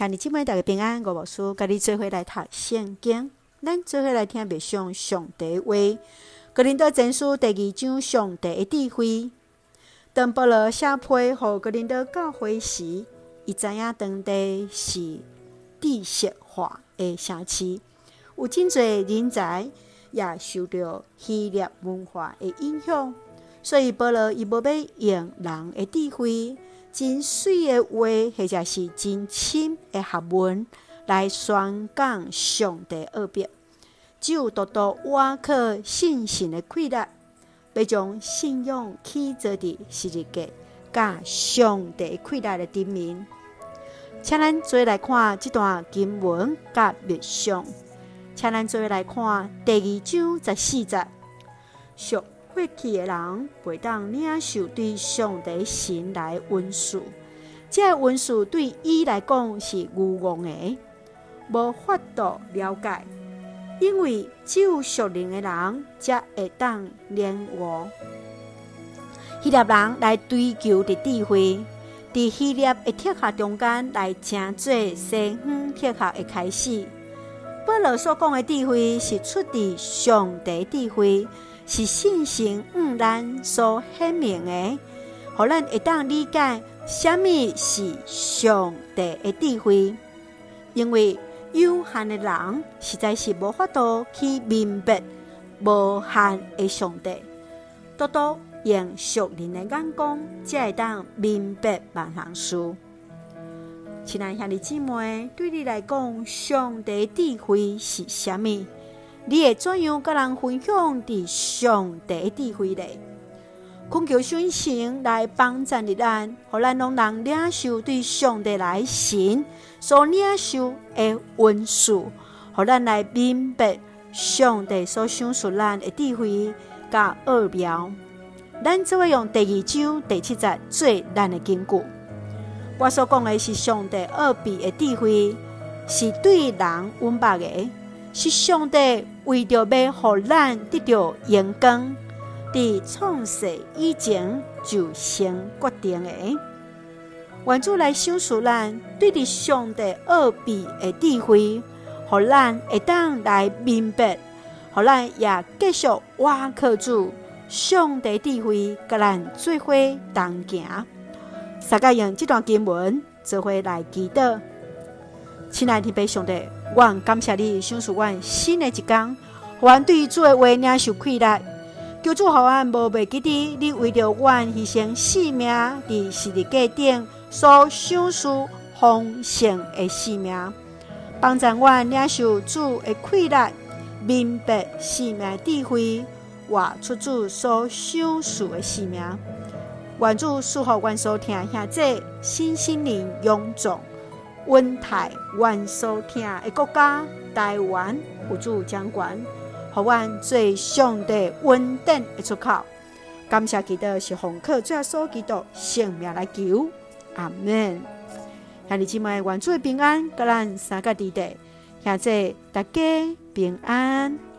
兄弟姊妹大家平安，我牧师甲你做伙来读圣经，咱做伙来听默想上帝的话。哥林多前书第2章上帝的智慧。当保罗写批予哥林多教会时，伊知影当地是知识化的城市，有真侪人才也受到希腊文化的影响，所以保罗伊无要用人的智慧、真水的话，或者是真深的学问来宣讲上帝奥秘，只有独独倚靠信心的气力，要将信仰起造伫昔日嘅甲上帝气力的顶面。请咱做来看这段经文甲默想，请咱做来看第2章14节。属血气的人袂当领受对上帝神来的恩赐，这个恩赐对伊来讲是愚妄的，无法度了解，因为只有属灵的人才会当领悟。希腊人来追求的智慧，伫希腊的铁盒中间来成做西方铁盒的开始。保罗所讲的智慧是出自上帝智慧，是信心咱所显明的，互咱会当理解什么是上帝的智慧。因为有限的人实在是无法度去明白无限的上帝，独独用属灵的眼光，才会当明白万项事。亲爱兄弟姊妹，对你来讲，上帝的智慧是什么？你会怎样甲人分享伫上帝的智慧呢？恳求圣神来帮助你咱，互咱拢能领受对上帝来神所领受的恩赐，互咱来明白上帝所赏赐咱的智慧甲奥妙。咱只会用第2章第7节做咱的根据。我所讲的是上帝奥秘的智慧，是对人允白的，是上帝为着要互咱得到荣光，伫创世以前就先决定的。愿主来赏赐咱对伫上帝奥秘的智慧，互咱会当来明白，互咱也继续倚靠主上帝智慧，甲咱做伙同行。大家用这段经文做伙来祈祷。亲爱的天父上帝，我感谢你赏赐我新的一天，互我对主的话领受气力。求主互我无袂记得你为着我牺牲性命伫十字架顶所赏赐丰盛的性命，帮助我领受主的气力，明白性命的智慧，活出主所赏赐的性命。愿主赐予阮所听兄姐心灵勇壮，稳泰阮所听的国家台湾有主掌权，互阮做上帝稳定的出口。感谢祈祷是奉靠主耶稣基督圣名来求，阿们。兄弟姊妹，愿主的平安甲咱三个弟弟兄姐大家平安。